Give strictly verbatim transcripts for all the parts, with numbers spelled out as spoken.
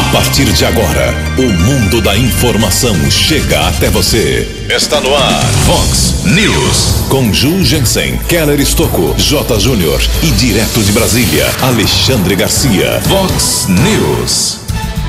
A partir de agora, o mundo da informação chega até você. Está no ar, Vox News. Com Ju Jensen, Keller Estocco, J. Júnior e direto de Brasília, Alexandre Garcia. Vox News.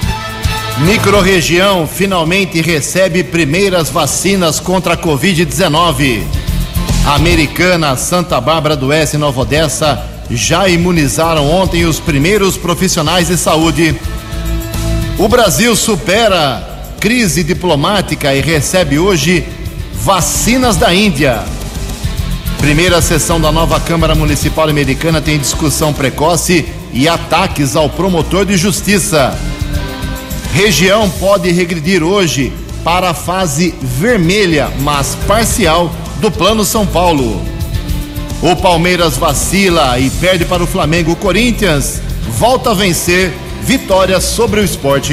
Microrregião finalmente recebe primeiras vacinas contra a covid dezenove. Americana, Santa Bárbara do Oeste e Nova Odessa já imunizaram ontem os primeiros profissionais de saúde. O Brasil supera crise diplomática e recebe hoje vacinas da Índia. Primeira sessão da nova Câmara Municipal Americana tem discussão precoce e ataques ao promotor de justiça. Região pode regredir hoje para a fase vermelha, mas parcial, do Plano São Paulo. O Palmeiras vacila e perde para o Flamengo. O Corinthians volta a vencer. Vitória sobre o Sport.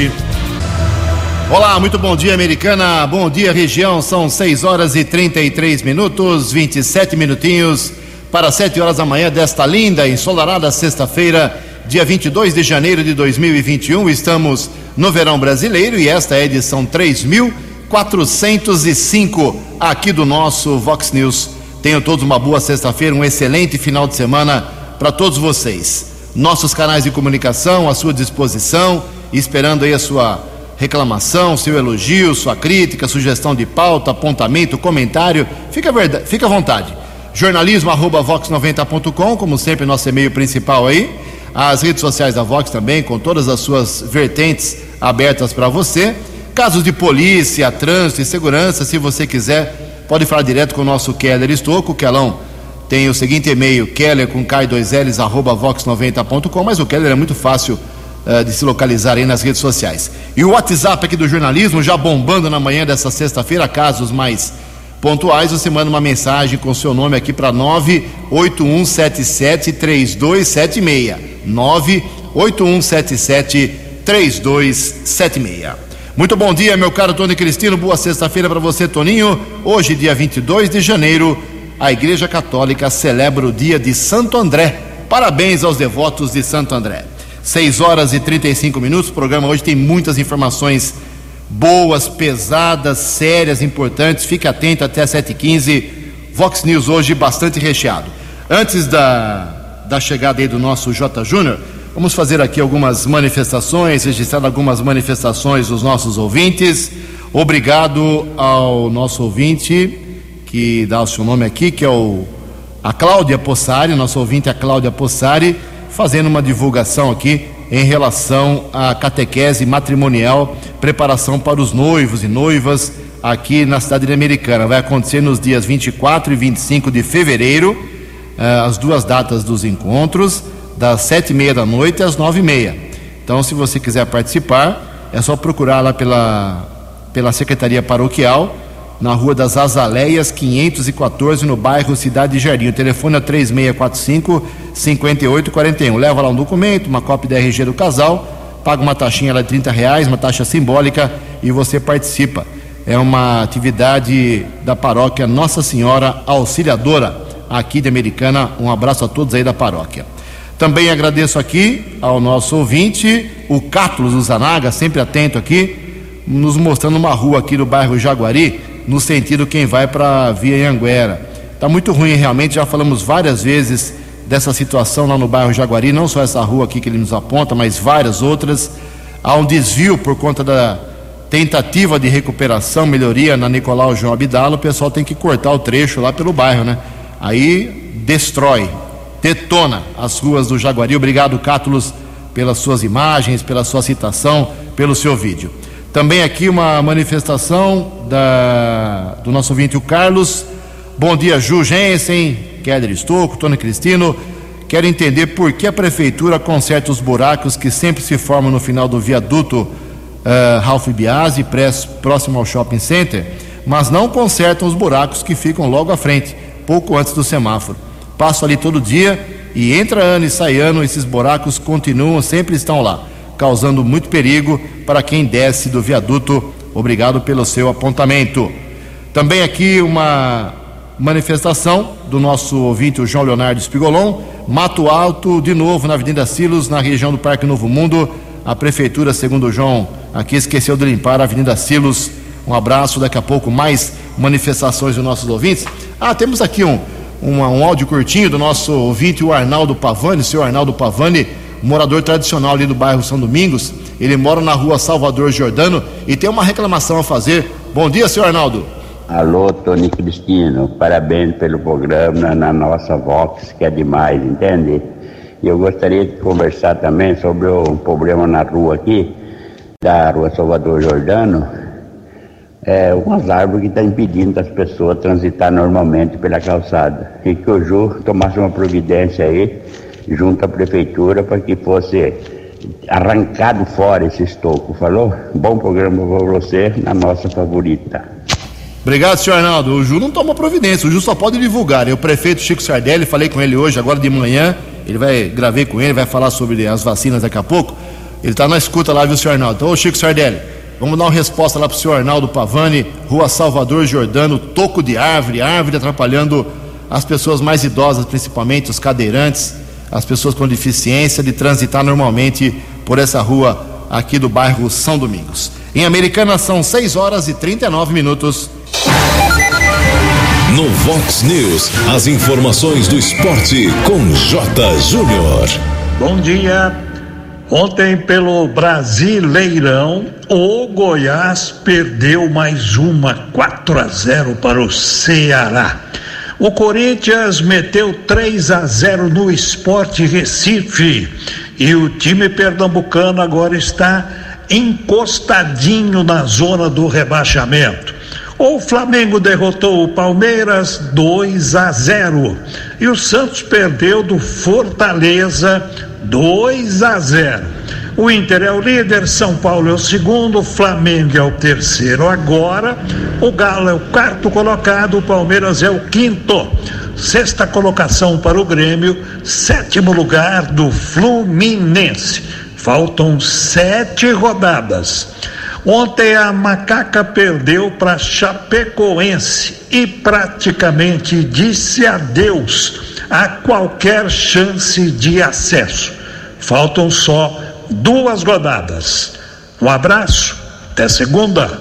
Olá, muito bom dia, Americana. Bom dia, região. São seis horas e trinta e três minutos, vinte e sete minutinhos para sete horas da manhã desta linda, ensolarada sexta-feira, dia vinte e dois de janeiro de dois mil e vinte e um. Estamos no verão brasileiro e esta é a edição três mil quatrocentos e cinco aqui do nosso Vox News. Tenham todos uma boa sexta-feira, um excelente final de semana para todos vocês. Nossos canais de comunicação à sua disposição, esperando aí a sua reclamação, seu elogio, sua crítica, sugestão de pauta, apontamento, comentário, fica, verdade, fica à vontade. Jornalismo arroba vox noventa ponto com, como sempre, nosso e-mail principal aí. As redes sociais da Vox também, com todas as suas vertentes abertas para você. Casos de polícia, trânsito e segurança, se você quiser, pode falar direto com o nosso Keller Estocco. O Kelão tem o seguinte e-mail, keller com K dois L's, arroba vox noventa ponto com, mas o Keller é muito fácil uh, de se localizar aí nas redes sociais. E o WhatsApp aqui do jornalismo, já bombando na manhã dessa sexta-feira, casos mais pontuais, você manda uma mensagem com o seu nome aqui para nove oito um sete sete três dois sete seis. nove oito um sete sete três dois sete seis. Muito bom dia, meu caro Tony Cristino, boa sexta-feira para você, Toninho. Hoje, dia vinte e dois de janeiro, a Igreja Católica celebra o dia de Santo André. Parabéns aos devotos de Santo André. seis horas e trinta e cinco minutos. O programa hoje tem muitas informações boas, pesadas, sérias, importantes. Fique atento até sete e quinze. Vox News hoje bastante recheado. Antes da, da chegada aí do nosso J. Júnior, vamos fazer aqui algumas manifestações, registrar algumas manifestações dos nossos ouvintes. Obrigado ao nosso ouvinte que dá o seu nome aqui, que é o, a Cláudia Possari, nosso ouvinte, a Cláudia Possari, fazendo uma divulgação aqui em relação à catequese matrimonial, preparação para os noivos e noivas aqui na cidade Americana. Vai acontecer nos dias vinte e quatro e vinte e cinco de fevereiro, eh, as duas datas dos encontros, das sete e meia da noite às nove e meia. Então, se você quiser participar, é só procurar lá pela, pela Secretaria Paroquial, na Rua das Azaleias, quinhentos e quatorze, no bairro Cidade Jardim. O telefone é três seis quatro cinco, cinco oito quatro um. Leva lá um documento, uma cópia da R G do casal, paga uma taxinha lá de trinta reais, uma taxa simbólica, e você participa. É uma atividade da paróquia Nossa Senhora Auxiliadora, aqui de Americana. Um abraço a todos aí da paróquia. Também agradeço aqui ao nosso ouvinte, o Cátulos do Zanaga, sempre atento aqui, nos mostrando uma rua aqui do bairro Jaguari, no sentido quem vai para Via Anhanguera. Está muito ruim realmente, já falamos várias vezes dessa situação lá no bairro Jaguari, não só essa rua aqui que ele nos aponta, mas várias outras. Há um desvio por conta da tentativa de recuperação, melhoria na Nicolau João Abdala. O pessoal tem que cortar o trecho lá pelo bairro, né? Aí destrói, detona as ruas do Jaguari. Obrigado, Cátulos, pelas suas imagens, pela sua citação, pelo seu vídeo. Também aqui uma manifestação da, do nosso ouvinte, o Carlos. Bom dia, Ju Jensen, Keller Estocco, Tony Cristino. Quero entender por que a prefeitura conserta os buracos que sempre se formam no final do viaduto uh, Ralph Biasi, próximo ao shopping center, mas não consertam os buracos que ficam logo à frente, pouco antes do semáforo. Passo ali todo dia e entra ano e sai ano, esses buracos continuam, sempre estão lá, causando muito perigo para quem desce do viaduto. Obrigado pelo seu apontamento. Também aqui uma manifestação do nosso ouvinte, o João Leonardo Spigolon. Mato Alto, de novo, na Avenida Silos, na região do Parque Novo Mundo. A prefeitura, segundo o João, aqui esqueceu de limpar a Avenida Silos. Um abraço, daqui a pouco mais manifestações dos nossos ouvintes. Ah, temos aqui um, um, um áudio curtinho do nosso ouvinte, o Arnaldo Pavani, o senhor Arnaldo Pavani, morador tradicional ali do bairro São Domingos. Ele mora na rua Salvador Giordano e tem uma reclamação a fazer. Bom dia, senhor Arnaldo. Alô, Tony Cristino, parabéns pelo programa na nossa Vox, que é demais, entende? E eu gostaria de conversar também sobre um problema na rua aqui, da rua Salvador Giordano. É umas árvores que estão tá impedindo as pessoas transitar normalmente pela calçada. E que o Ju tomasse uma providência aí, junto à prefeitura, para que fosse arrancado fora esse estoco. Falou? Bom programa para você, na nossa favorita. Obrigado, senhor Arnaldo. O Ju não toma providência, o Ju só pode divulgar. O prefeito Chico Sardelli, falei com ele hoje, agora de manhã, ele vai, gravei com ele, vai falar sobre as vacinas daqui a pouco. Ele está na escuta lá, viu, senhor Arnaldo? Então, ô Chico Sardelli, vamos dar uma resposta lá para o senhor Arnaldo Pavani, rua Salvador Giordano, toco de árvore, árvore atrapalhando as pessoas mais idosas, principalmente os cadeirantes, as pessoas com deficiência, de transitar normalmente por essa rua aqui do bairro São Domingos. Em Americana são seis horas e trinta e nove minutos. No Vox News, as informações do esporte com J. Júnior. Bom dia. Ontem, pelo Brasileirão, o Goiás perdeu mais uma, quatro a zero para o Ceará. O Corinthians meteu três a zero no Sport Recife e o time pernambucano agora está encostadinho na zona do rebaixamento. O Flamengo derrotou o Palmeiras dois a zero e o Santos perdeu do Fortaleza dois a zero. O Inter é o líder, São Paulo é o segundo, Flamengo é o terceiro agora, o Galo é o quarto colocado, o Palmeiras é o quinto. Sexta colocação para o Grêmio, sétimo lugar do Fluminense. Faltam sete rodadas. Ontem a Macaca perdeu para Chapecoense e praticamente disse adeus a qualquer chance de acesso. Faltam só duas rodadas. Um abraço, até segunda.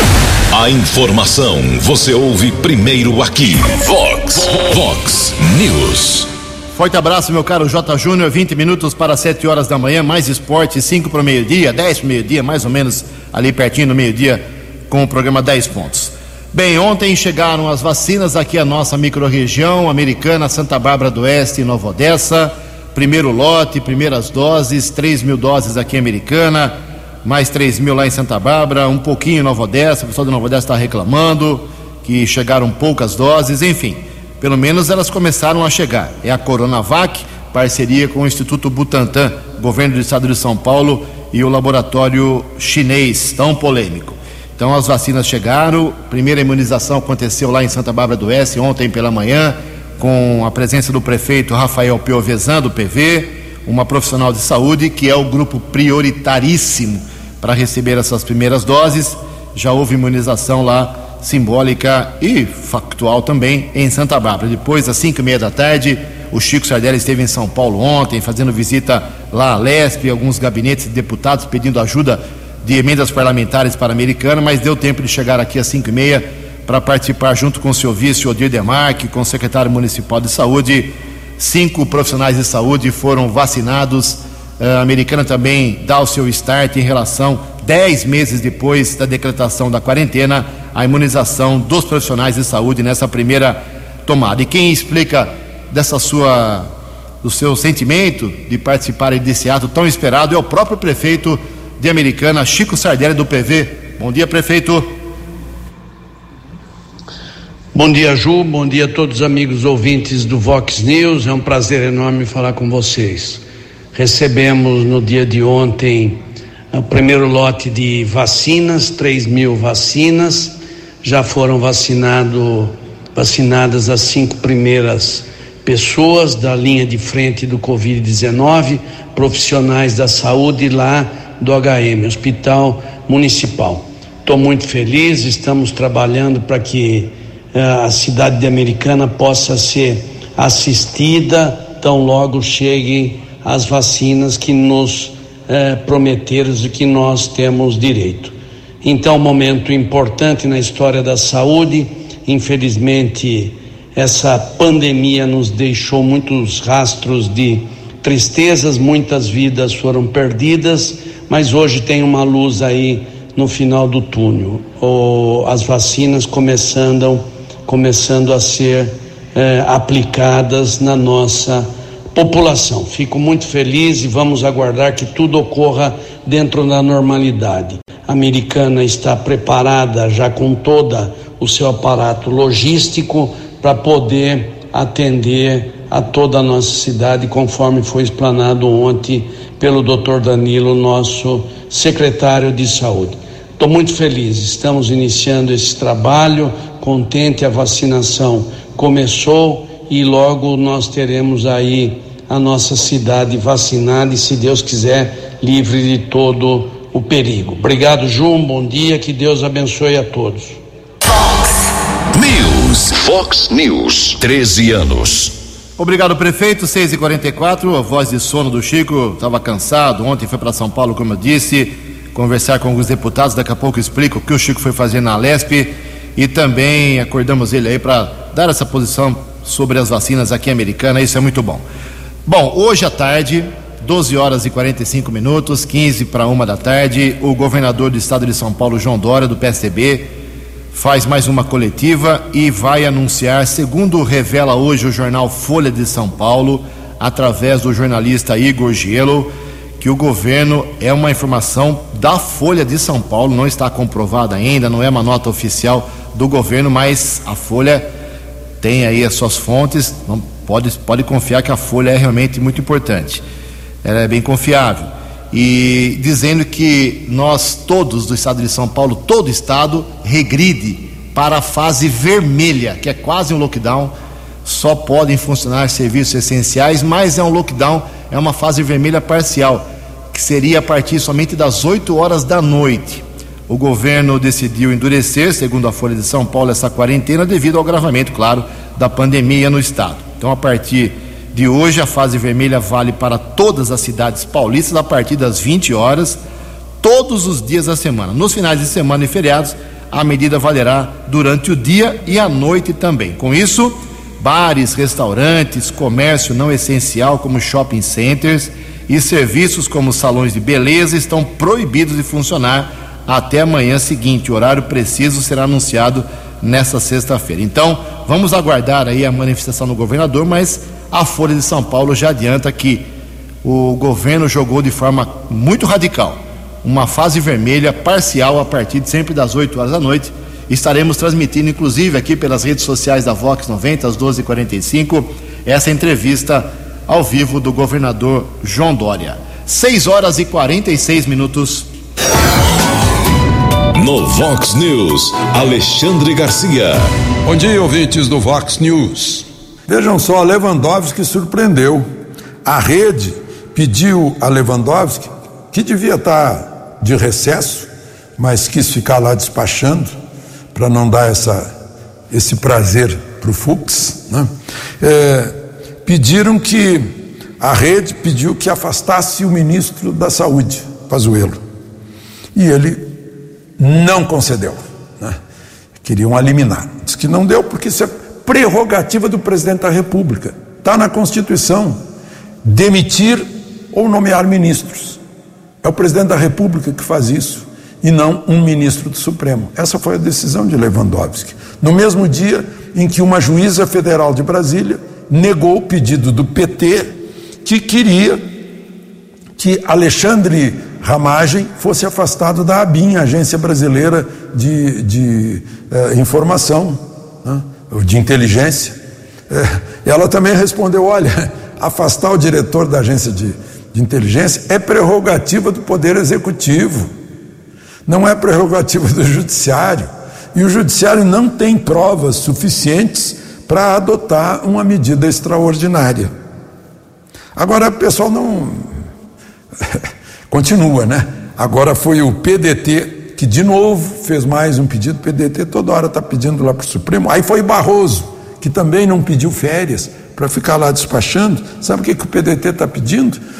A informação você ouve primeiro aqui. Vox, Vox News. Forte abraço, meu caro J. Júnior. vinte minutos para sete horas da manhã, mais esporte, cinco para o meio-dia, dez para o meio-dia, mais ou menos ali pertinho do meio-dia, com o programa dez pontos. Bem, ontem chegaram as vacinas aqui à nossa microrregião, Americana, Santa Bárbara do Oeste e Nova Odessa. Primeiro lote, primeiras doses, três mil doses aqui em Americana, mais três mil lá em Santa Bárbara, um pouquinho em Nova Odessa. O pessoal de Nova Odessa está reclamando que chegaram poucas doses, enfim. Pelo menos elas começaram a chegar. É a Coronavac, parceria com o Instituto Butantan, governo do estado de São Paulo e o laboratório chinês, tão polêmico. Então as vacinas chegaram, primeira imunização aconteceu lá em Santa Bárbara do Oeste ontem pela manhã, com a presença do prefeito Rafael Piovesan, do P V, uma profissional de saúde que é o grupo prioritaríssimo para receber essas primeiras doses. Já houve imunização lá, simbólica e factual também, em Santa Bárbara. Depois, às cinco e meia da tarde, o Chico Sardelli esteve em São Paulo ontem, fazendo visita lá à Lesp, alguns gabinetes de deputados pedindo ajuda de emendas parlamentares para a Americana, mas deu tempo de chegar aqui às cinco e meia para participar junto com o seu vice, Odir Demarque, com o secretário municipal de saúde. Cinco profissionais de saúde foram vacinados. A Americana também dá o seu start em relação, dez meses depois da decretação da quarentena, a imunização dos profissionais de saúde nessa primeira tomada. E quem explica dessa sua, do seu sentimento de participar desse ato tão esperado é o próprio prefeito de Americana, Chico Sardelli, do P V. Bom dia, prefeito. Bom dia, Ju, bom dia a todos os amigos ouvintes do Vox News. É um prazer enorme falar com vocês. Recebemos no dia de ontem o primeiro lote de vacinas, três mil vacinas. Já foram vacinado, vacinadas as cinco primeiras pessoas da linha de frente do covid dezenove, profissionais da saúde lá do H M, Hospital Municipal. Estou muito feliz, estamos trabalhando para que uh, a cidade de Americana possa ser assistida tão logo cheguem as vacinas que nos eh, prometeres de que nós temos direito. Então, um momento importante na história da saúde. Infelizmente, essa pandemia nos deixou muitos rastros de tristezas, muitas vidas foram perdidas, mas hoje tem uma luz aí no final do túnel. Oh, as vacinas começando, começando a ser eh, aplicadas na nossa população. Fico muito feliz e vamos aguardar que tudo ocorra dentro da normalidade. A Americana está preparada já com todo o seu aparato logístico para poder atender a toda a nossa cidade, conforme foi explanado ontem pelo doutor Danilo, nosso secretário de saúde. Estou muito feliz, estamos iniciando esse trabalho, contente, a vacinação começou e logo nós teremos aí a nossa cidade vacinada e, se Deus quiser, livre de todo o perigo. Obrigado, Jum, bom dia, que Deus abençoe a todos. Fox News. Fox News, treze anos. Obrigado, prefeito. seis e quarenta e quatro, a voz de sono do Chico, estava cansado, ontem foi para São Paulo, como eu disse, conversar com alguns deputados, daqui a pouco eu explico o que o Chico foi fazer na Alesp e também acordamos ele aí para dar essa posição sobre as vacinas aqui em Americana, isso é muito bom. Bom, hoje à tarde, doze horas e quarenta e cinco minutos, quinze para uma da tarde, o governador do estado de São Paulo, João Dória, do P S D B, faz mais uma coletiva e vai anunciar, segundo revela hoje o jornal Folha de São Paulo, através do jornalista Igor Gielo, que o governo, é uma informação da Folha de São Paulo, não está comprovada ainda, não é uma nota oficial do governo, mas a Folha tem aí as suas fontes, não pode, pode confiar que a Folha é realmente muito importante, ela é bem confiável, e dizendo que nós todos do estado de São Paulo, todo o estado regride para a fase vermelha, que é quase um lockdown, só podem funcionar serviços essenciais, mas é um lockdown, é uma fase vermelha parcial, que seria a partir somente das oito horas da noite. O governo decidiu endurecer, segundo a Folha de São Paulo, essa quarentena devido ao agravamento, claro, da pandemia no estado. Então, a partir de hoje, a fase vermelha vale para todas as cidades paulistas a partir das vinte horas, todos os dias da semana. Nos finais de semana e feriados, a medida valerá durante o dia e a noite também. Com isso, bares, restaurantes, comércio não essencial como shopping centers e serviços como salões de beleza estão proibidos de funcionar até amanhã seguinte. O horário preciso será anunciado nesta sexta-feira. Então, vamos aguardar aí a manifestação do governador, mas a Folha de São Paulo já adianta que o governo jogou de forma muito radical uma fase vermelha parcial a partir de sempre das oito horas da noite. Estaremos transmitindo, inclusive, aqui pelas redes sociais da Vox noventa, às doze e quarenta e cinco, essa entrevista ao vivo do governador João Dória. seis horas e quarenta e seis minutos. No Vox News, Alexandre Garcia. Bom dia, ouvintes do Vox News. Vejam só, Lewandowski surpreendeu. A rede pediu a Lewandowski, que devia estar de recesso, mas quis ficar lá despachando, para não dar essa, esse prazer para o Fux, né? É, pediram que, a rede pediu que afastasse o ministro da Saúde, Pazuello, e ele não concedeu, né? Queriam eliminar, diz que não deu porque isso é prerrogativa do presidente da República, está na Constituição, demitir ou nomear ministros, é o presidente da República que faz isso e não um ministro do Supremo. Essa foi a decisão de Lewandowski, no mesmo dia em que uma juíza federal de Brasília negou o pedido do P T, que queria que Alexandre Ramagem fosse afastado da ABIN, Agência Brasileira de, de eh, Informação, né, de Inteligência. Eh, ela também respondeu, olha, afastar o diretor da Agência de, de Inteligência é prerrogativa do Poder Executivo, não é prerrogativa do Judiciário, e o Judiciário não tem provas suficientes para adotar uma medida extraordinária. Agora o pessoal não continua, né? Agora foi o P D T que de novo fez mais um pedido. O P D T toda hora está pedindo lá para o Supremo. Aí foi Barroso, que também não pediu férias para ficar lá despachando. Sabe o que, que o P D T está pedindo? Que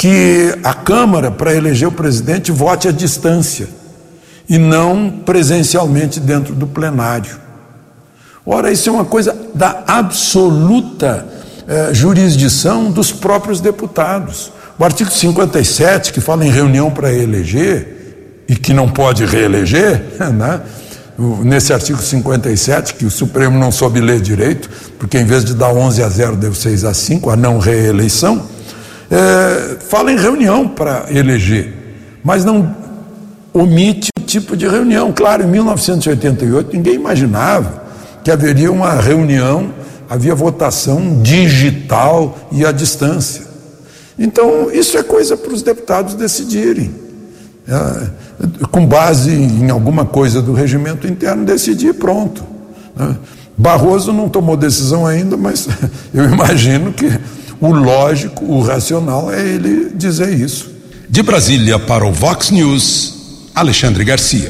que a Câmara, para eleger o presidente, vote à distância e não presencialmente dentro do plenário. Ora, isso é uma coisa da absoluta eh, jurisdição dos próprios deputados. O artigo cinquenta e sete, que fala em reunião para eleger e que não pode reeleger, né? Nesse artigo cinquenta e sete, que o Supremo não soube ler direito, porque em vez de dar onze a zero, deu seis a cinco, a não reeleição, é, fala em reunião para eleger, mas não omite o tipo de reunião. Claro, em mil novecentos e oitenta e oito ninguém imaginava que haveria uma reunião, havia votação digital e à distância. Então, isso é coisa para os deputados decidirem. É, com base em alguma coisa do regimento interno, decidir, pronto. Barroso não tomou decisão ainda, mas eu imagino que o lógico, o racional é ele dizer isso. De Brasília para o Vox News, Alexandre Garcia.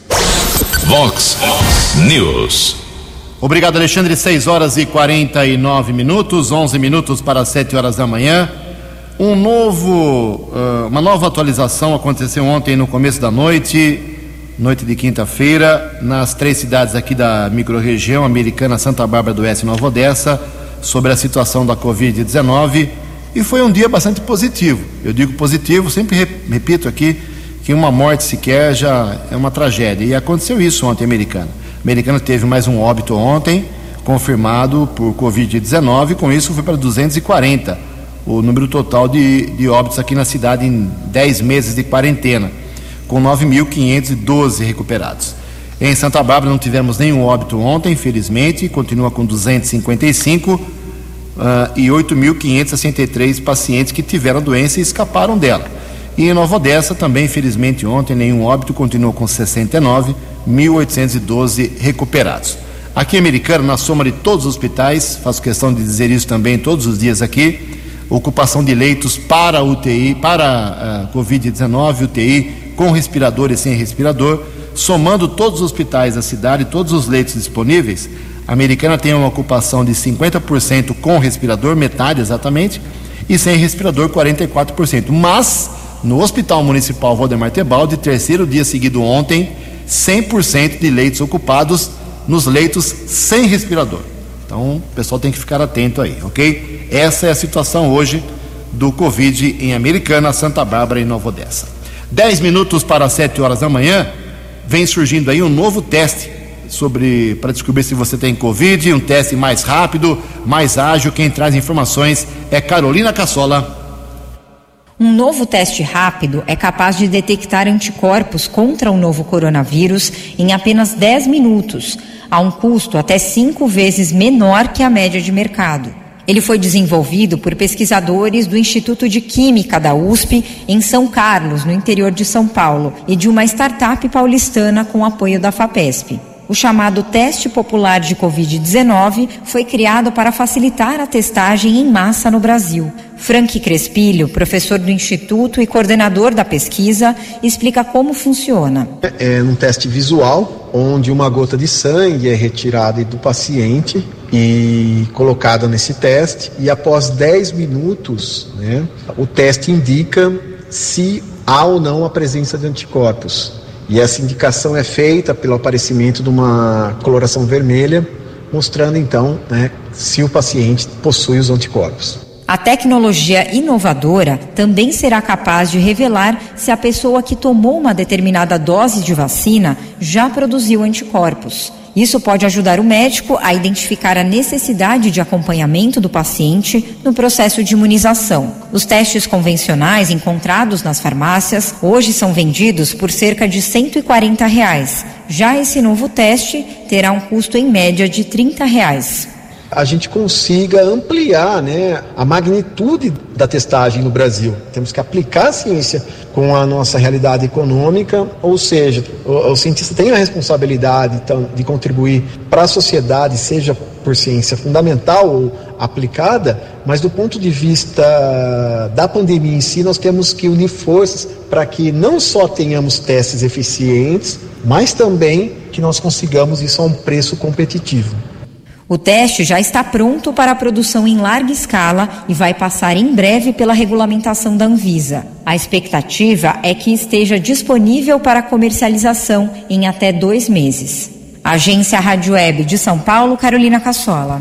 Vox News. Obrigado, Alexandre. seis horas e quarenta e nove minutos, onze minutos para sete horas da manhã. Um novo, uma nova atualização aconteceu ontem no começo da noite, noite de quinta-feira, nas três cidades aqui da microrregião Americana, Santa Bárbara do Oeste e Nova Odessa, sobre a situação da covid dezenove, e foi um dia bastante positivo. Eu digo positivo, sempre repito aqui que uma morte sequer já é uma tragédia, e aconteceu isso ontem em Americana. Americana teve mais um óbito ontem, confirmado por covid dezenove, com isso foi para duzentos e quarenta. O número total de, de óbitos aqui na cidade em dez meses de quarentena, com nove mil quinhentos e doze recuperados. Em Santa Bárbara não tivemos nenhum óbito ontem, infelizmente, continua com duzentos e cinquenta e cinco uh, e oito mil quinhentos e sessenta e três pacientes que tiveram doença e escaparam dela. E em Nova Odessa também, infelizmente, ontem nenhum óbito, continua com sessenta e nove mil oitocentos e doze recuperados. Aqui em Americana, na soma de todos os hospitais, faço questão de dizer isso também todos os dias aqui, ocupação de leitos para U T I, para uh, covid dezenove, U T I com respirador e sem respirador, somando todos os hospitais da cidade, todos os leitos disponíveis, a Americana tem uma ocupação de cinquenta por cento com respirador, metade exatamente, e sem respirador quarenta e quatro por cento. Mas no Hospital Municipal Valdemar Tebaldi, terceiro dia seguido ontem, cem por cento de leitos ocupados nos leitos sem respirador. Então, o pessoal tem que ficar atento aí, ok? Essa é a situação hoje do Covid em Americana, Santa Bárbara e Nova Odessa. Dez minutos para sete horas da manhã, vem surgindo aí um novo teste sobre, para descobrir se você tem Covid, um teste mais rápido, mais ágil. Quem traz informações é Carolina Cassola. Um novo teste rápido é capaz de detectar anticorpos contra o novo coronavírus em apenas dez minutos, a um custo até cinco vezes menor que a média de mercado. Ele foi desenvolvido por pesquisadores do Instituto de Química da U S P em São Carlos, no interior de São Paulo, e de uma startup paulistana com apoio da FAPESP. O chamado Teste Popular de covid dezenove foi criado para facilitar a testagem em massa no Brasil. Frank Crespilho, professor do Instituto e coordenador da pesquisa, explica como funciona. É um teste visual, onde uma gota de sangue é retirada do paciente e colocada nesse teste, e após dez minutos, né, o teste indica se há ou não a presença de anticorpos. E essa indicação é feita pelo aparecimento de uma coloração vermelha, mostrando então, né, se o paciente possui os anticorpos. A tecnologia inovadora também será capaz de revelar se a pessoa que tomou uma determinada dose de vacina já produziu anticorpos. Isso pode ajudar o médico a identificar a necessidade de acompanhamento do paciente no processo de imunização. Os testes convencionais encontrados nas farmácias hoje são vendidos por cerca de cento e quarenta reais. Já esse novo teste terá um custo em média de trinta reais. A gente consiga ampliar, né, a magnitude da testagem no Brasil. Temos que aplicar a ciência com a nossa realidade econômica, ou seja, o, o cientista tem a responsabilidade então, de contribuir para a sociedade, seja por ciência fundamental ou aplicada, mas do ponto de vista da pandemia em si, nós temos que unir forças para que não só tenhamos testes eficientes, mas também que nós consigamos isso a um preço competitivo. O teste já está pronto para a produção em larga escala e vai passar em breve pela regulamentação da Anvisa. A expectativa é que esteja disponível para comercialização em até dois meses. Agência Rádio Web de São Paulo, Carolina Cassola.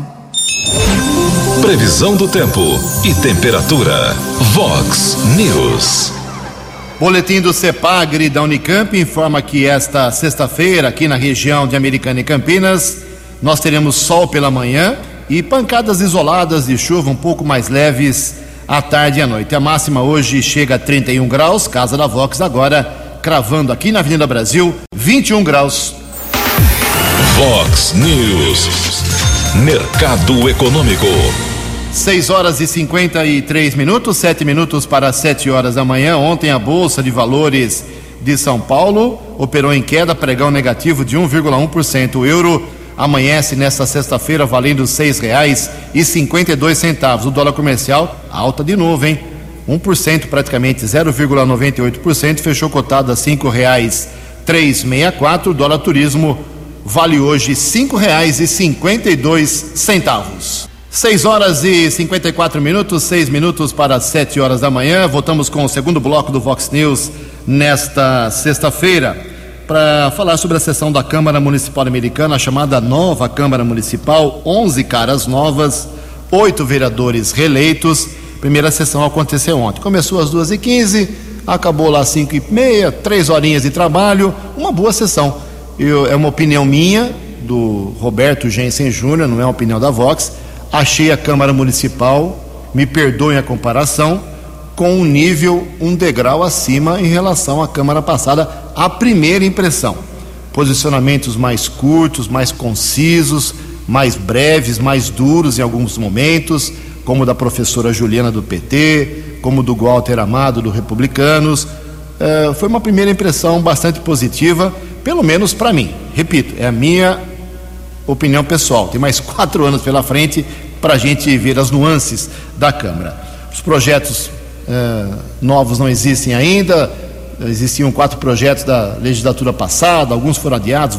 Previsão do tempo e temperatura. Vox News. Boletim do CEPAGRE da Unicamp informa que esta sexta-feira, aqui na região de Americana e Campinas, nós teremos sol pela manhã e pancadas isoladas de chuva um pouco mais leves à tarde e à noite. A máxima hoje chega a trinta e um graus, Casa da Vox agora cravando aqui na Avenida Brasil, vinte e um graus. Vox News. Mercado Econômico. seis horas e cinquenta e três minutos, sete minutos para sete horas da manhã. Ontem a Bolsa de Valores de São Paulo operou em queda, pregão negativo de um vírgula um por cento. O euro amanhece nesta sexta-feira valendo seis reais e cinquenta e dois centavos. O dólar comercial alta de novo, hein? um por cento praticamente, zero vírgula noventa e oito por cento, fechou cotado a cinco reais trezentos e sessenta e quatro. O dólar turismo vale hoje cinco reais e cinquenta e dois centavos. seis horas e cinquenta e quatro minutos, seis minutos para sete horas da manhã. Voltamos com o segundo bloco do Vox News nesta sexta-feira para falar sobre a sessão da Câmara Municipal Americana, a chamada nova Câmara Municipal, onze caras novas, oito vereadores reeleitos. Primeira sessão aconteceu ontem, começou às duas e quinze, acabou lá às cinco e meia, três horinhas de trabalho, uma boa sessão. Eu, é uma opinião minha, do Roberto Jensen Júnior, não é uma opinião da Vox. Achei a Câmara Municipal, me perdoem a comparação, com um nível, um degrau acima em relação à Câmara passada, a primeira impressão. Posicionamentos mais curtos, mais concisos, mais breves, mais duros em alguns momentos, como da professora Juliana do P T, como do Walter Amado do Republicanos. É, foi uma primeira impressão bastante positiva, pelo menos para mim. Repito, é a minha opinião pessoal. Tem mais quatro anos pela frente para a gente ver as nuances da Câmara. Os projetos eh, novos não existem ainda. Existiam quatro projetos da legislatura passada, alguns foram adiados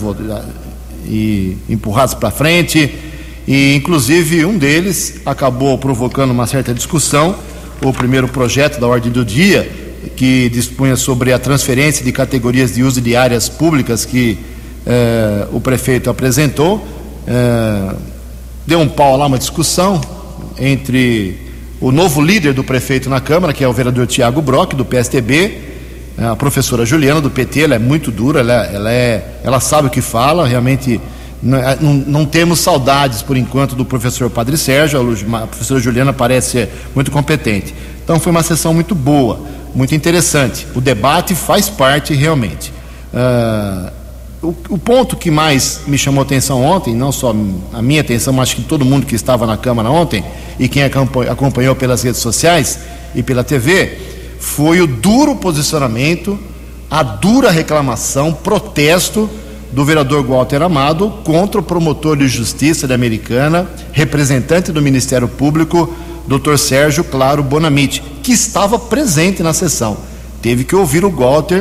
e empurrados para frente, e inclusive um deles acabou provocando uma certa discussão. O primeiro projeto da ordem do dia, que dispunha sobre a transferência de categorias de uso de áreas públicas que eh, o prefeito apresentou, eh, deu um pau lá, uma discussão entre o novo líder do prefeito na Câmara, que é o vereador Tiago Brock, do P S D B, a professora Juliana do P T. Ela é muito dura, ela, ela, é, ela sabe o que fala, realmente não, não, não temos saudades por enquanto do professor Padre Sérgio. A professora Juliana parece ser muito competente. Então foi uma sessão muito boa, muito interessante. O debate faz parte realmente. Uh, o, o ponto que mais me chamou atenção ontem, não só a minha atenção, mas acho que todo mundo que estava na Câmara ontem e quem acompanhou pelas redes sociais e pela T V, foi o duro posicionamento, a dura reclamação, protesto do vereador Walter Amado contra o promotor de justiça da Americana, representante do Ministério Público, doutor Sérgio Claro Bonamite, que estava presente na sessão. Teve que ouvir o Walter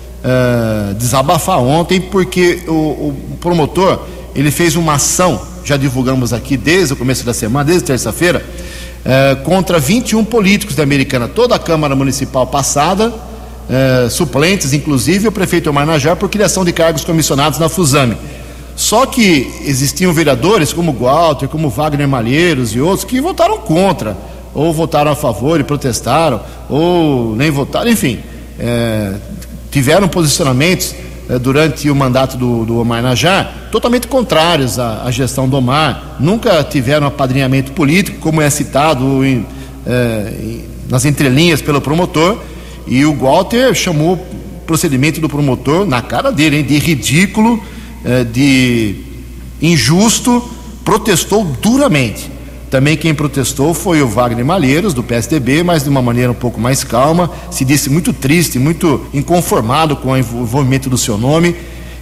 uh, desabafar ontem, porque o, o promotor, ele fez uma ação, já divulgamos aqui desde o começo da semana, desde terça-feira, Uh, contra vinte e um políticos da Americana, toda a Câmara Municipal passada, uh, suplentes, inclusive o prefeito Omar Najar, por criação de cargos comissionados na Fusame. Só que existiam vereadores como Walter, como Wagner Malheiros e outros que votaram contra, ou votaram a favor e protestaram, ou nem votaram, enfim, uh, tiveram posicionamentos uh, durante o mandato do, do Omar Najar totalmente contrários à, à gestão do Omar. Nunca tiveram apadrinhamento político, como é citado em, eh, em, nas entrelinhas pelo promotor, e o Walter chamou o procedimento do promotor, na cara dele, hein, de ridículo, eh, de injusto, protestou duramente. Também quem protestou foi o Wagner Malheiros, do P S D B, mas de uma maneira um pouco mais calma, se disse muito triste, muito inconformado com o envolvimento do seu nome,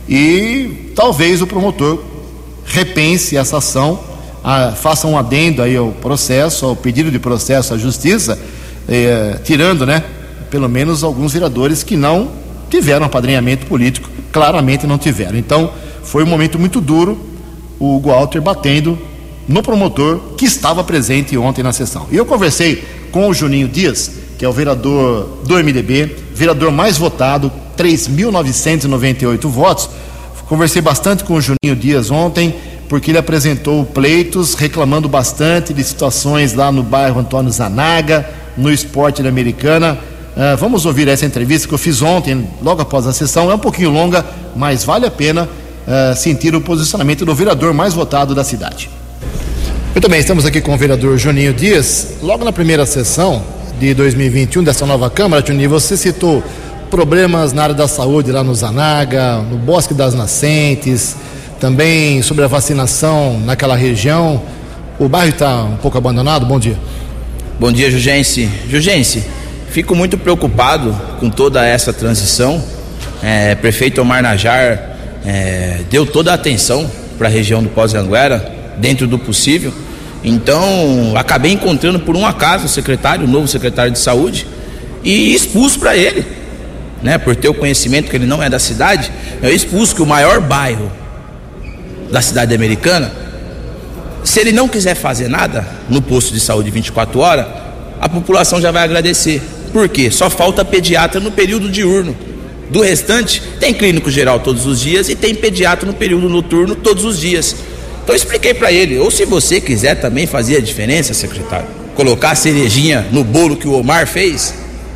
e talvez o promotor repense essa ação, a, faça um adendo aí ao processo, ao pedido de processo à justiça, eh, tirando, né, pelo menos alguns vereadores que não tiveram apadrinhamento político, claramente não tiveram. Então foi um momento muito duro, o Walter batendo no promotor que estava presente ontem na sessão. E eu conversei com o Juninho Dias, que é o vereador do M D B, vereador mais votado, três mil novecentos e noventa e oito votos. Conversei bastante com o Juninho Dias ontem, porque ele apresentou pleitos reclamando bastante de situações lá no bairro Antônio Zanaga, no Esporte da Americana. Uh, vamos ouvir essa entrevista que eu fiz ontem, logo após a sessão. É um pouquinho longa, mas vale a pena uh, sentir o posicionamento do vereador mais votado da cidade. Muito bem, estamos aqui com o vereador Juninho Dias. Logo na primeira sessão de dois mil e vinte e um dessa nova Câmara, Juninho, você citou problemas na área da saúde lá no Zanaga, no Bosque das Nascentes, também sobre a vacinação naquela região. O bairro está um pouco abandonado? Bom dia. Bom dia, Jugense. Jugense, fico muito preocupado com toda essa transição. É, prefeito Omar Najar é, deu toda a atenção para a região do Pós-Anguera, dentro do possível. Então, acabei encontrando por um acaso o secretário, o novo secretário de saúde, e expus para ele, né, por ter o conhecimento que ele não é da cidade, eu expus que o maior bairro da cidade americana, se ele não quiser fazer nada no posto de saúde vinte e quatro horas, a população já vai agradecer. Por quê? Só falta pediatra no período diurno. Do restante, tem clínico geral todos os dias e tem pediatra no período noturno todos os dias. Então eu expliquei para ele, ou se você quiser também fazer a diferença, secretário, colocar a cerejinha no bolo que o Omar fez,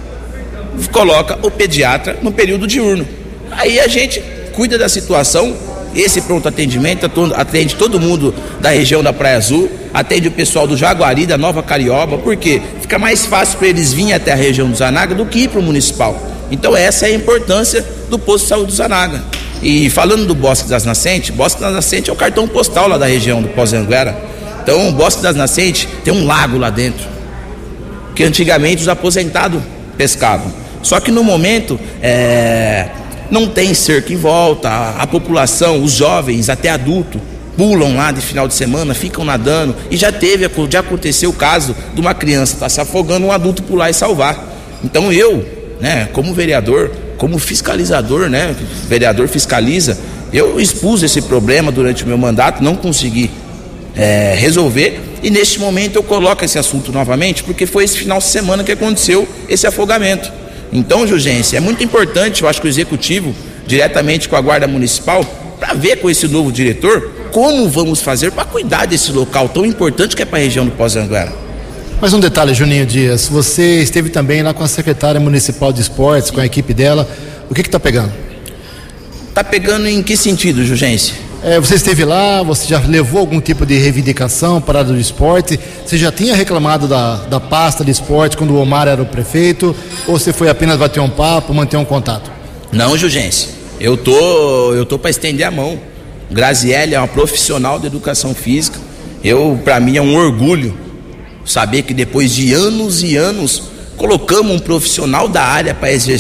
coloca o pediatra no período diurno. Aí a gente cuida da situação. Esse pronto atendimento atende todo mundo da região da Praia Azul, atende o pessoal do Jaguari, da Nova Carioba, porque fica mais fácil para eles virem até a região do Zanaga do que ir para o municipal. Então essa é a importância do posto de saúde do Zanaga. E falando do Bosque das Nascentes, Bosque das Nascentes é o cartão postal lá da região do Pós-Anguera. Então o Bosque das Nascentes tem um lago lá dentro, que antigamente os aposentados pescavam. Só que no momento é, não tem cerca em volta, a, a população, os jovens, até adultos, pulam lá de final de semana, ficam nadando, e já teve, já aconteceu o caso de uma criança estar tá se afogando, um adulto pular e salvar. Então eu, né, como vereador, como fiscalizador, né, vereador fiscaliza, eu expus esse problema durante o meu mandato, não consegui é, resolver, e neste momento eu coloco esse assunto novamente, porque foi esse final de semana que aconteceu esse afogamento. Então, Jugense, é muito importante, eu acho que o executivo, diretamente com a Guarda Municipal, para ver com esse novo diretor, como vamos fazer para cuidar desse local tão importante que é para a região do Pós-Anguera. Mais um detalhe, Juninho Dias, você esteve também lá com a secretária municipal de esportes, com a equipe dela, o que que está pegando? Está pegando em que sentido, Jugense? É, você esteve lá, você já levou algum tipo de reivindicação para a área do esporte? Você já tinha reclamado da, da pasta de esporte quando o Omar era o prefeito? Ou você foi apenas bater um papo, manter um contato? Não, Jugense, eu tô, eu tô para estender a mão. Graziele é uma profissional de educação física. Eu, para mim é um orgulho saber que depois de anos e anos colocamos um profissional da área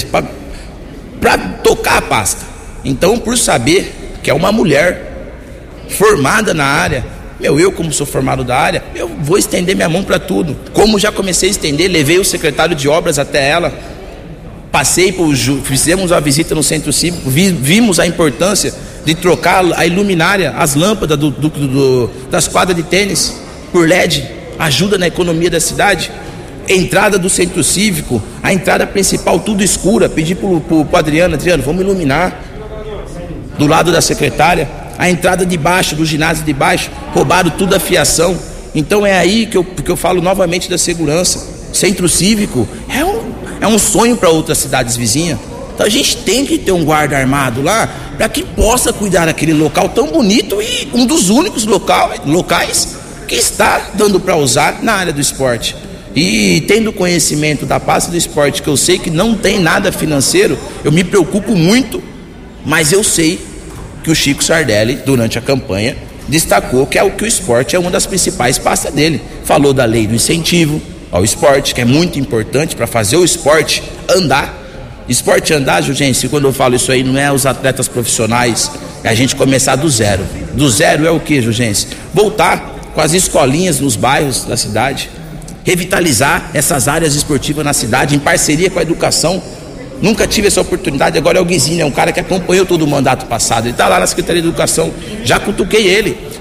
para tocar a pasta. Então, por saber que é uma mulher formada na área, meu, eu como sou formado da área, eu vou estender minha mão para tudo. Como já comecei a estender, levei o secretário de obras até ela, passei por, fizemos uma visita no centro cívico, vi, vimos a importância de trocar a iluminária, as lâmpadas do, do, do, das quadras de tênis por L E D, ajuda na economia da cidade. Entrada do centro cívico, a entrada principal tudo escura, pedi pro, pro, pro Adriano, Adriano, vamos iluminar. Do lado da secretária, a entrada de baixo, do ginásio de baixo, roubaram tudo a fiação. Então é aí que eu, que eu falo novamente da segurança. Centro cívico é um, é um sonho para outras cidades vizinhas. Então a gente tem que ter um guarda armado lá para que possa cuidar daquele local tão bonito e um dos únicos local, locais que está dando para usar na área do esporte. E tendo conhecimento da pasta do esporte, que eu sei que não tem nada financeiro, eu me preocupo muito. Mas eu sei que o Chico Sardelli, durante a campanha, destacou que, é o, que o esporte é uma das principais pastas dele. Falou da lei do incentivo ao esporte, que é muito importante para fazer o esporte andar. Esporte andar, Jugense, quando eu falo isso aí, não é os atletas profissionais, é a gente começar do zero. Do zero é o que, Jugense? Voltar com as escolinhas nos bairros da cidade, revitalizar essas áreas esportivas na cidade, em parceria com a educação. Nunca tive essa oportunidade, agora é o Guizinho, é um cara que acompanhou todo o mandato passado, ele está lá na Secretaria de Educação, já cutuquei ele,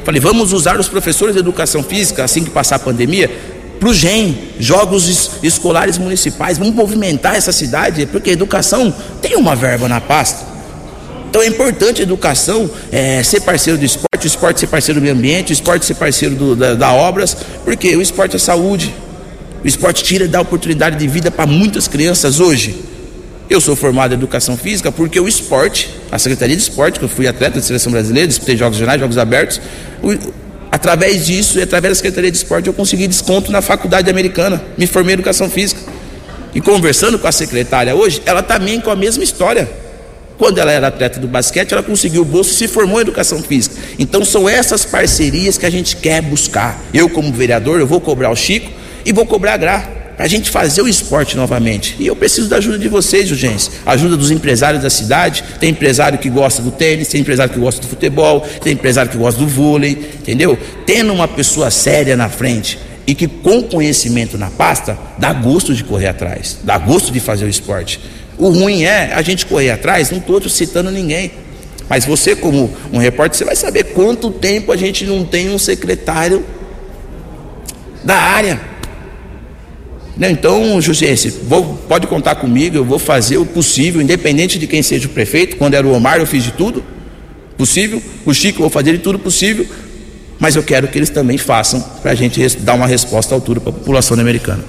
Falei, vamos usar os professores de educação física, assim que passar a pandemia, para o G E M, Jogos es- Escolares Municipais. Vamos movimentar essa cidade, porque a educação tem uma verba na pasta. Então é importante a educação é, ser parceiro do esporte, o esporte ser parceiro do meio ambiente, o esporte ser parceiro do, da, da obras, porque o esporte é saúde, o esporte tira e dá oportunidade de vida para muitas crianças hoje. Eu sou formado em educação física porque o esporte, a Secretaria de Esporte, que eu fui atleta de seleção brasileira, disputei jogos regionais, jogos abertos, o, através disso e através da Secretaria de Esporte eu consegui desconto na faculdade americana, me formei em educação física. E conversando com a secretária hoje, ela também com a mesma história. Quando ela era atleta do basquete, ela conseguiu o bolso e se formou em educação física. Então são essas parcerias que a gente quer buscar. Eu, como vereador, eu vou cobrar o Chico e vou cobrar a Gra, para a gente fazer o esporte novamente. E eu preciso da ajuda de vocês, Jurgência, ajuda dos empresários da cidade. Tem empresário que gosta do tênis, tem empresário que gosta do futebol, tem empresário que gosta do vôlei, entendeu? Tendo uma pessoa séria na frente e que com conhecimento na pasta, dá gosto de correr atrás, dá gosto de fazer o esporte. O ruim é a gente correr atrás, não estou citando ninguém, mas você, como um repórter, você vai saber quanto tempo a gente não tem um secretário da área. Então, Jurgência, pode contar comigo, eu vou fazer o possível, independente de quem seja o prefeito. Quando era o Omar, eu fiz de tudo possível, o Chico, eu vou fazer de tudo possível, mas eu quero que eles também façam, para a gente dar uma resposta à altura para a população americana.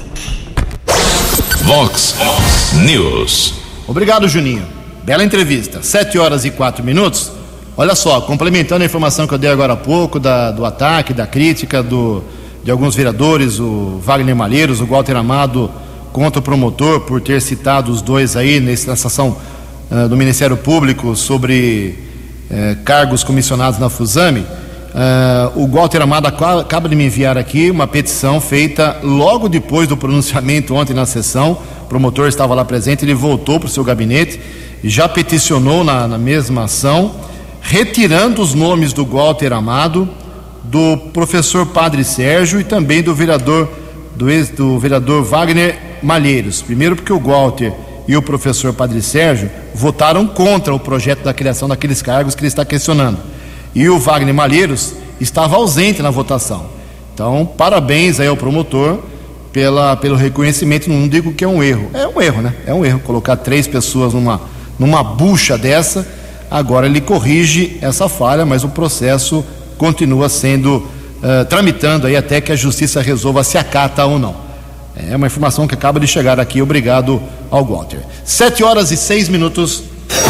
Vox News. Obrigado, Juninho. Bela entrevista. Sete horas e quatro minutos. Olha só, complementando a informação que eu dei agora há pouco da, do ataque, da crítica do, de alguns vereadores, o Wagner Malheiros, o Walter Amado, contra o promotor por ter citado os dois aí nessa ação uh, do Ministério Público sobre uh, cargos comissionados na Fusame. Uh, o Walter Amado acaba de me enviar aqui uma petição feita logo depois do pronunciamento ontem na sessão. O promotor estava lá presente, ele voltou para o seu gabinete e já peticionou na, na mesma ação, retirando os nomes do Walter Amado, do professor Padre Sérgio e também do vereador do, ex, do vereador Wagner Malheiros. Primeiro porque o Walter e o professor Padre Sérgio votaram contra o projeto da criação daqueles cargos que ele está questionando. E o Wagner Malheiros estava ausente na votação. Então, parabéns aí ao promotor pela, pelo reconhecimento. Não digo que é um erro. É um erro, né? É um erro colocar três pessoas numa, numa bucha dessa. Agora ele corrige essa falha, mas o processo continua sendo uh, tramitando aí até que a justiça resolva se acata ou não. É uma informação que acaba de chegar aqui. Obrigado ao Walter. Sete horas e seis minutos.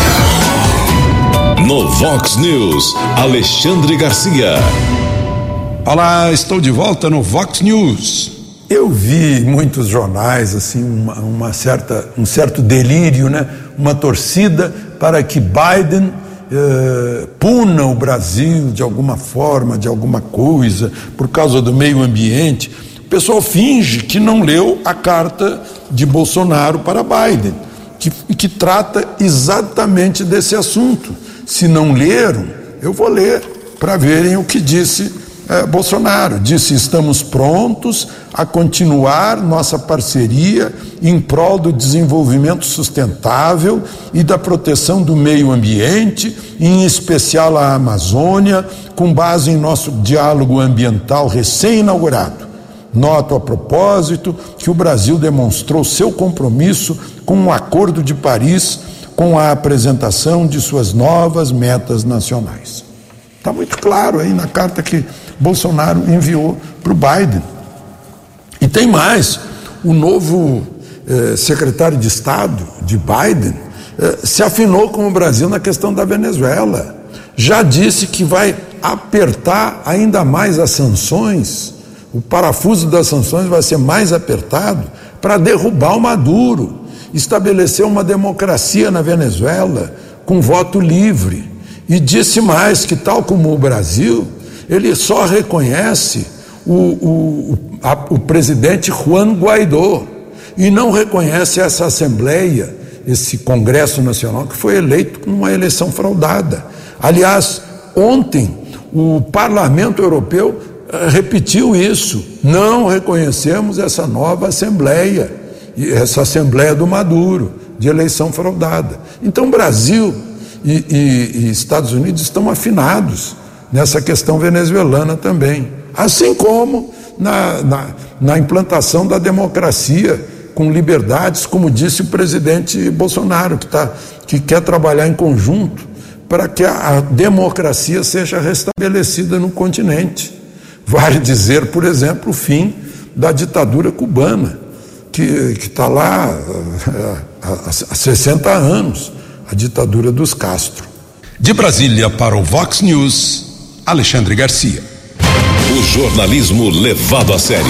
No Vox News, Alexandre Garcia. Olá, estou de volta no Vox News. Eu vi em muitos jornais assim uma, uma certa, um certo delírio, né? Uma torcida para que Biden eh, puna o Brasil de alguma forma, de alguma coisa, por causa do meio ambiente. O pessoal finge que não leu a carta de Bolsonaro para Biden, que, que trata exatamente desse assunto. Se não leram, eu vou ler para verem o que disse eh, Bolsonaro. Disse: estamos prontos a continuar nossa parceria em prol do desenvolvimento sustentável e da proteção do meio ambiente, em especial a Amazônia, com base em nosso diálogo ambiental recém-inaugurado. Noto a propósito que o Brasil demonstrou seu compromisso com o Acordo de Paris, com a apresentação de suas novas metas nacionais. Está muito claro aí na carta que Bolsonaro enviou para o Biden. E tem mais, o novo eh, secretário de Estado de Biden eh, se afinou com o Brasil na questão da Venezuela. Já disse que vai apertar ainda mais as sanções, o parafuso das sanções vai ser mais apertado para derrubar o Maduro, estabeleceu uma democracia na Venezuela com voto livre, e disse mais que, tal como o Brasil, ele só reconhece o, o, a, o presidente Juan Guaidó e não reconhece essa Assembleia, esse Congresso Nacional que foi eleito numa eleição fraudada. Aliás, ontem o Parlamento Europeu repetiu isso: não reconhecemos essa nova Assembleia, essa Assembleia do Maduro, de eleição fraudada. Então Brasil e, e, e Estados Unidos estão afinados nessa questão venezuelana também. Assim como na, na, na implantação da democracia com liberdades, como disse o presidente Bolsonaro, que, tá, que quer trabalhar em conjunto para que a, a democracia seja restabelecida no continente. Vale dizer, por exemplo, o fim da ditadura cubana, que está lá há, há sessenta anos, a ditadura dos Castro. De Brasília para o Vox News, Alexandre Garcia. O jornalismo levado a sério.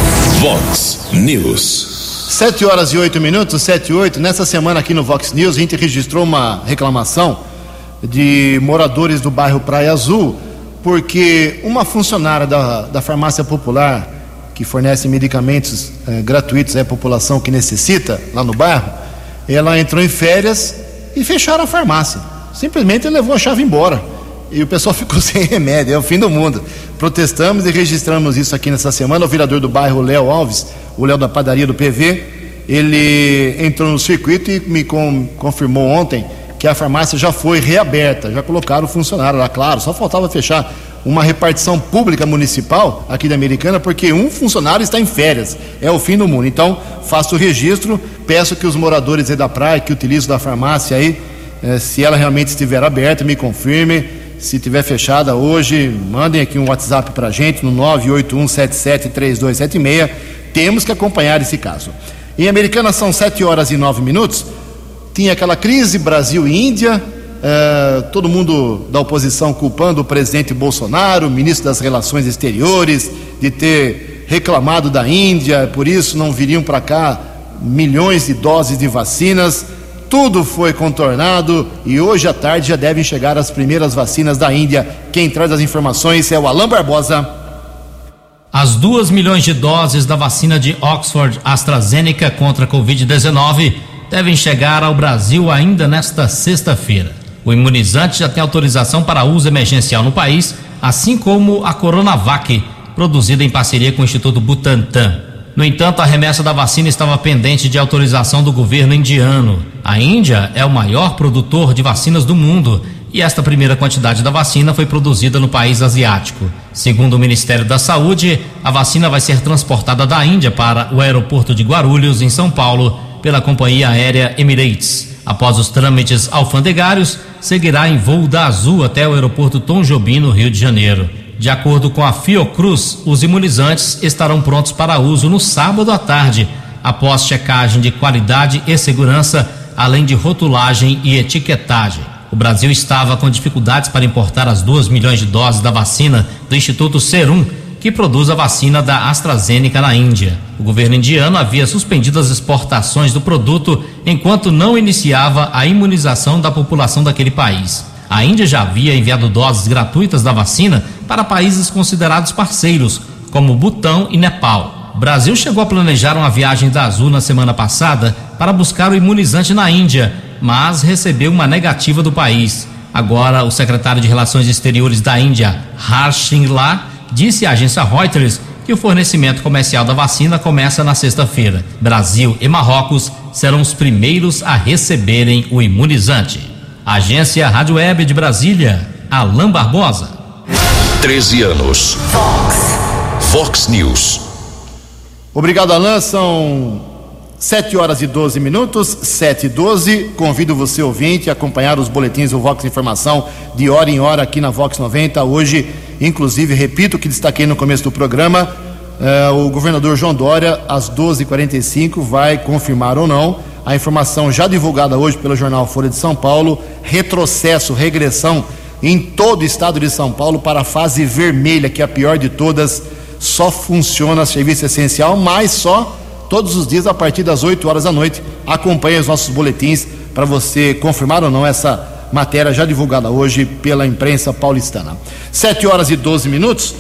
Vox News. Sete horas e oito minutos, sete e oito. Nessa semana aqui no Vox News, a gente registrou uma reclamação de moradores do bairro Praia Azul, porque uma funcionária da, da farmácia popular, que fornece medicamentos eh, gratuitos à população que necessita lá no bairro, ela entrou em férias e fecharam a farmácia. Simplesmente levou a chave embora e o pessoal ficou sem remédio. É o fim do mundo. Protestamos e registramos isso aqui nessa semana. O vereador do bairro, Léo Alves, o Léo da padaria do P V, ele entrou no circuito e me com, confirmou ontem que a farmácia já foi reaberta, já colocaram o funcionário lá, claro, só faltava fechar uma repartição pública municipal aqui da Americana, porque um funcionário está em férias, é o fim do mundo. Então, faço o registro, peço que os moradores aí da praia, que utilizam da farmácia aí, eh, se ela realmente estiver aberta, me confirme. Se estiver fechada hoje, mandem aqui um WhatsApp pra gente no nove oito um sete sete três dois sete seis, temos que acompanhar esse caso. Em Americana são sete horas e nove minutos. Tinha aquela crise Brasil e Índia, eh, todo mundo da oposição culpando o presidente Bolsonaro, o ministro das Relações Exteriores, de ter reclamado da Índia, por isso não viriam para cá milhões de doses de vacinas. Tudo foi contornado e hoje à tarde já devem chegar as primeiras vacinas da Índia. Quem traz as informações é o Alain Barbosa. As duas milhões de doses da vacina de Oxford AstraZeneca contra a covid dezenove devem chegar ao Brasil ainda nesta sexta-feira. O imunizante já tem autorização para uso emergencial no país, assim como a Coronavac, produzida em parceria com o Instituto Butantan. No entanto, a remessa da vacina estava pendente de autorização do governo indiano. A Índia é o maior produtor de vacinas do mundo e esta primeira quantidade da vacina foi produzida no país asiático. Segundo o Ministério da Saúde, a vacina vai ser transportada da Índia para o aeroporto de Guarulhos, em São Paulo, pela companhia aérea Emirates. Após os trâmites alfandegários, seguirá em voo da Azul até o aeroporto Tom Jobim, no Rio de Janeiro. De acordo com a Fiocruz, os imunizantes estarão prontos para uso no sábado à tarde, após checagem de qualidade e segurança, além de rotulagem e etiquetagem. O Brasil estava com dificuldades para importar as duas milhões de doses da vacina do Instituto Serum, que produz a vacina da AstraZeneca na Índia. O governo indiano havia suspendido as exportações do produto enquanto não iniciava a imunização da população daquele país. A Índia já havia enviado doses gratuitas da vacina para países considerados parceiros, como Butão e Nepal. O Brasil chegou a planejar uma viagem da Azul na semana passada para buscar o imunizante na Índia, mas recebeu uma negativa do país. Agora, o secretário de Relações Exteriores da Índia, Harsh Shringla, disse à agência Reuters que o fornecimento comercial da vacina começa na sexta-feira. Brasil e Marrocos serão os primeiros a receberem o imunizante. Agência Rádio Web de Brasília, Alain Barbosa. treze anos. Fox. Fox News. Obrigado, Alain. São sete horas e doze minutos, sete e doze. Convido você, ouvinte, a acompanhar os boletins do Vox Informação de hora em hora aqui na Vox noventa. Hoje, inclusive, repito o que destaquei no começo do programa, eh, o governador João Dória, às doze e quarenta e cinco, vai confirmar ou não a informação já divulgada hoje pelo jornal Folha de São Paulo: retrocesso, regressão em todo o estado de São Paulo para a fase vermelha, que é a pior de todas. Só funciona serviço essencial, mas só todos os dias a partir das oito horas da noite. Acompanhe os nossos boletins para você confirmar ou não essa matéria já divulgada hoje pela imprensa paulistana. sete horas e doze minutos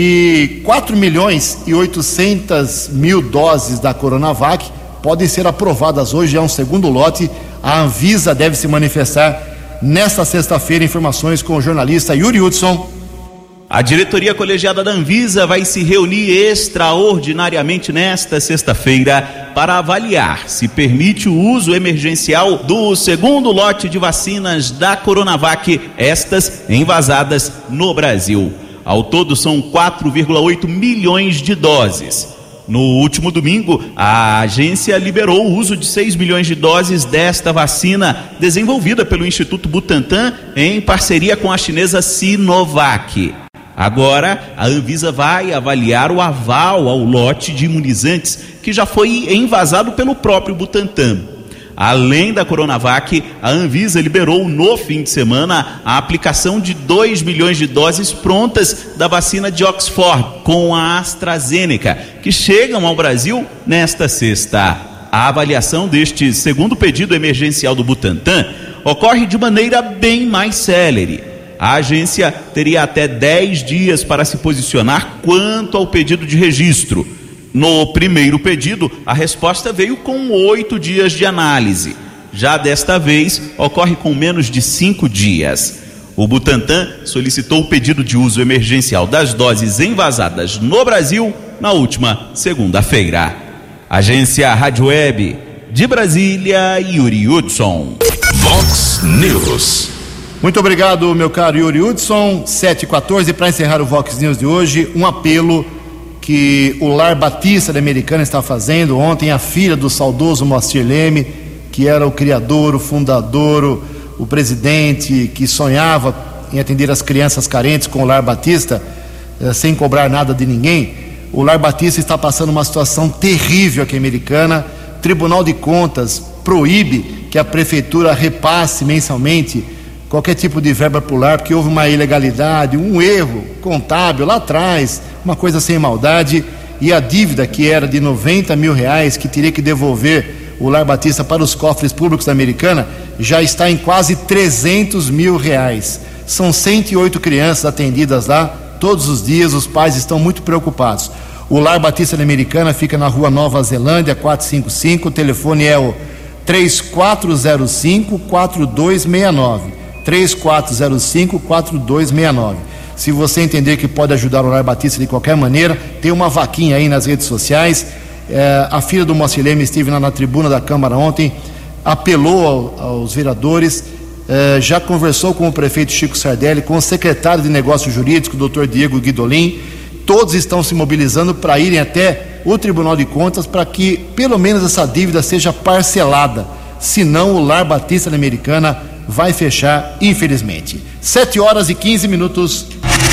e quatro milhões e oitocentas mil doses da Coronavac podem ser aprovadas hoje, é um segundo lote. A Anvisa deve se manifestar nesta sexta-feira. Informações com o jornalista Yuri Hudson. A diretoria colegiada da Anvisa vai se reunir extraordinariamente nesta sexta-feira para avaliar se permite o uso emergencial do segundo lote de vacinas da Coronavac, estas envasadas no Brasil. Ao todo são quatro vírgula oito milhões de doses. No último domingo, a agência liberou o uso de seis milhões de doses desta vacina desenvolvida pelo Instituto Butantan em parceria com a chinesa Sinovac. Agora, a Anvisa vai avaliar o aval ao lote de imunizantes que já foi envasado pelo próprio Butantan. Além da Coronavac, a Anvisa liberou no fim de semana a aplicação de dois milhões de doses prontas da vacina de Oxford com a AstraZeneca, que chegam ao Brasil nesta sexta. A avaliação deste segundo pedido emergencial do Butantan ocorre de maneira bem mais célere. A agência teria até dez dias para se posicionar quanto ao pedido de registro. No primeiro pedido, a resposta veio com oito dias de análise. Já desta vez, ocorre com menos de cinco dias. O Butantan solicitou o pedido de uso emergencial das doses envasadas no Brasil na última segunda-feira. Agência Rádio Web de Brasília, Yuri Hudson. Vox News. Muito obrigado, meu caro Yuri Hudson. sete e quatorze, para encerrar o Vox News de hoje, um apelo que o Lar Batista da Americana está fazendo. Ontem, a filha do saudoso Moacir Leme, que era o criador, o fundador, o, o presidente, que sonhava em atender as crianças carentes com o Lar Batista, eh, sem cobrar nada de ninguém. O Lar Batista está passando uma situação terrível aqui em Americana. O Tribunal de Contas proíbe que a prefeitura repasse mensalmente qualquer tipo de verba pro lar, porque houve uma ilegalidade, um erro contábil lá atrás, uma coisa sem maldade, e a dívida que era de noventa mil reais, que teria que devolver o Lar Batista para os cofres públicos da Americana, já está em quase trezentos mil reais. São cento e oito crianças atendidas lá, todos os dias, os pais estão muito preocupados. O Lar Batista da Americana fica na rua Nova Zelândia, quatrocentos e cinquenta e cinco, o telefone é o três quatro zero cinco, quatro dois seis nove. três quatro zero cinco, quatro dois seis nove. Se você entender que pode ajudar o Lar Batista de qualquer maneira, tem uma vaquinha aí nas redes sociais. É, a filha do Moacir Leme esteve na, na tribuna da Câmara ontem, apelou ao, aos vereadores, é, já conversou com o prefeito Chico Sardelli, com o secretário de Negócios Jurídicos, o doutor Diego Guidolin. Todos estão se mobilizando para irem até o Tribunal de Contas para que pelo menos essa dívida seja parcelada. Senão o Lar Batista da Americana vai fechar, infelizmente. sete horas e quinze minutos.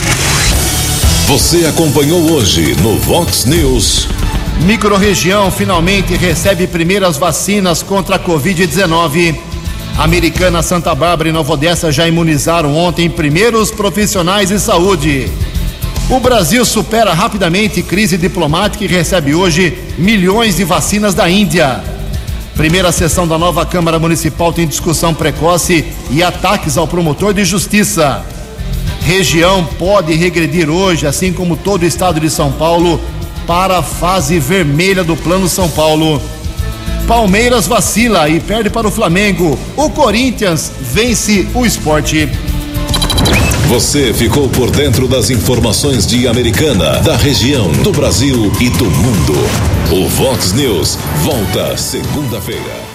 Você acompanhou hoje no Vox News. Microrregião finalmente recebe primeiras vacinas contra a covid dezenove. Americana, Santa Bárbara e Nova Odessa já imunizaram ontem primeiros profissionais de saúde. O Brasil supera rapidamente crise diplomática e recebe hoje milhões de vacinas da Índia. Primeira sessão da nova Câmara Municipal tem discussão precoce e ataques ao promotor de justiça. Região pode regredir hoje, assim como todo o estado de São Paulo, para a fase vermelha do Plano São Paulo. Palmeiras vacila e perde para o Flamengo. O Corinthians vence o Sport. Você ficou por dentro das informações de Americana, da região, do Brasil e do mundo. O Vox News volta segunda-feira.